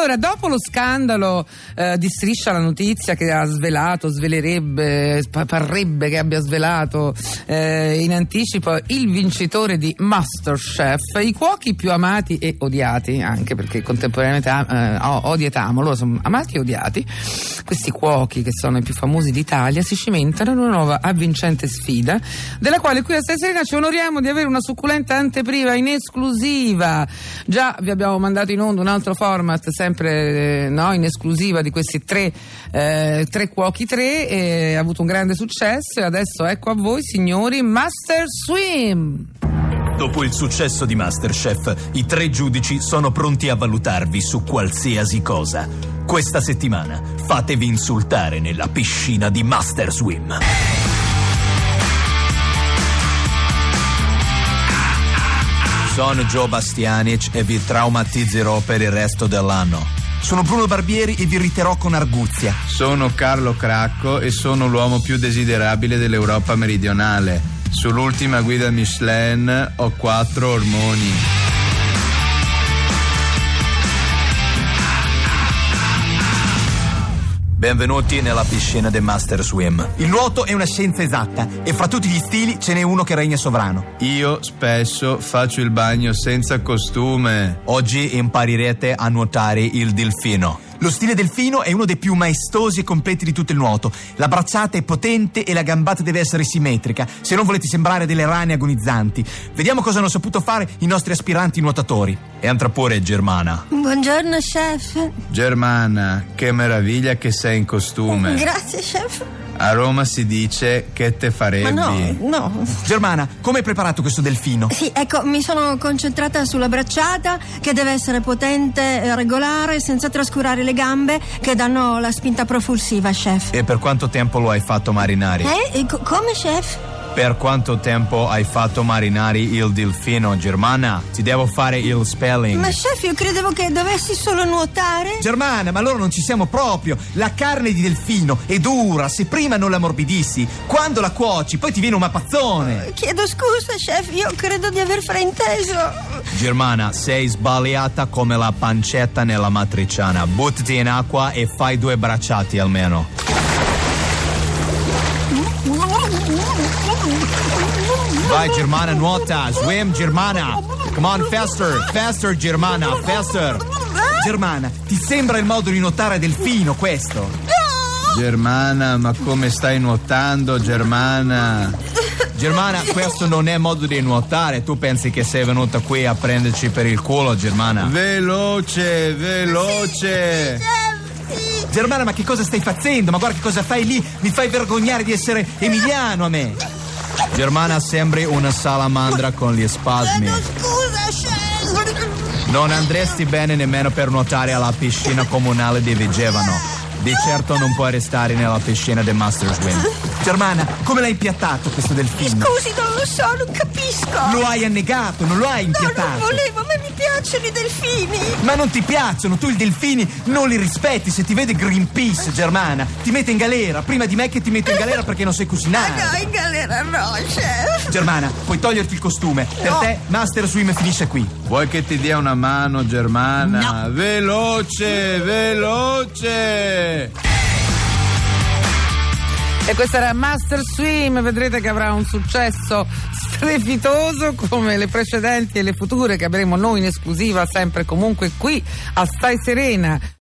Allora, dopo lo scandalo di Striscia la Notizia, che ha parrebbe che abbia svelato in anticipo il vincitore di MasterChef, i cuochi più amati e odiati, anche perché contemporaneamente odia et amo, loro sono amati e odiati, questi cuochi che sono i più famosi d'Italia, si cimentano in una nuova avvincente sfida, della quale qui a Stai Serena ci onoriamo di avere una succulenta anteprima in esclusiva. Già vi abbiamo mandato in onda un altro format sempre in esclusiva di questi tre cuochi, ha avuto un grande successo, e adesso ecco a voi, signori, Master Swim. Dopo il successo di MasterChef, i 3 giudici sono pronti a valutarvi su qualsiasi cosa. Questa settimana fatevi insultare nella piscina di Master Swim. Sono Joe Bastianic e vi traumatizzerò per il resto dell'anno. Sono Bruno Barbieri e vi irriterò con arguzia. Sono Carlo Cracco e sono l'uomo più desiderabile dell'Europa meridionale. Sull'ultima guida Michelin ho 4 ormoni. Benvenuti nella piscina di Master Swim. Il nuoto è una scienza esatta e fra tutti gli stili ce n'è uno che regna sovrano. Io spesso faccio il bagno senza costume. Oggi imparerete a nuotare il delfino. Lo stile delfino è uno dei più maestosi e completi di tutto il nuoto. La bracciata è potente e la gambata deve essere simmetrica, se non volete sembrare delle rane agonizzanti. Vediamo cosa hanno saputo fare i nostri aspiranti nuotatori. Entra pure, Germana. Buongiorno, chef. Germana, che meraviglia che sei in costume. Grazie, chef. A Roma si dice che te farebbi. Ma no. Germana, come hai preparato questo delfino? Sì, ecco, mi sono concentrata sulla bracciata, che deve essere potente e regolare, senza trascurare le gambe che danno la spinta propulsiva, chef. E per quanto tempo lo hai fatto marinare? Come, chef? Per quanto tempo hai fatto marinare il delfino, Germana? Ti devo fare il spelling. Ma chef, io credevo che dovessi solo nuotare. Germana, ma allora non ci siamo proprio. La carne di delfino è dura, se prima non la ammorbidissi, quando la cuoci poi ti viene un mappazzone. Chiedo scusa, chef, io credo di aver frainteso. Germana, sei sbagliata come la pancetta nella matriciana. Buttati in acqua e fai 2 bracciati almeno. Vai, Germana, nuota. Swim, Germana. Come on, faster, Germana, faster. Germana, ti sembra il modo di nuotare a delfino questo? Germana, ma come stai nuotando, Germana? Germana, questo non è modo di nuotare. Tu pensi che sei venuta qui a prenderci per il culo, Germana? Veloce. Germana, ma che cosa stai facendo? Ma guarda che cosa fai lì. Mi fai vergognare di essere emiliano a me. Germana, sembri una salamandra con gli spasmi. Scusa, chef. Non andresti bene nemmeno per nuotare alla piscina comunale di Vigevano. Di certo non puoi restare nella piscina del Master Swim. Germana, come l'hai impiattato questo delfino? Scusi, non lo so, non capisco. Lo hai annegato, non lo hai impiattato. No, non volevo, ma mi piacciono i delfini. Ma non ti piacciono, tu i delfini non li rispetti. Se ti vede Greenpeace, Germana, ti mette in galera. Prima di me che ti metto in galera perché non sai cucinare. No, in galera no, chef. Germana, puoi toglierti il costume. Per te Master Swim finisce qui. Vuoi che ti dia una mano, Germana? No. Veloce. E questo era Master Swim, vedrete che avrà un successo strepitoso come le precedenti e le future che avremo noi in esclusiva sempre e comunque qui a Stai Serena.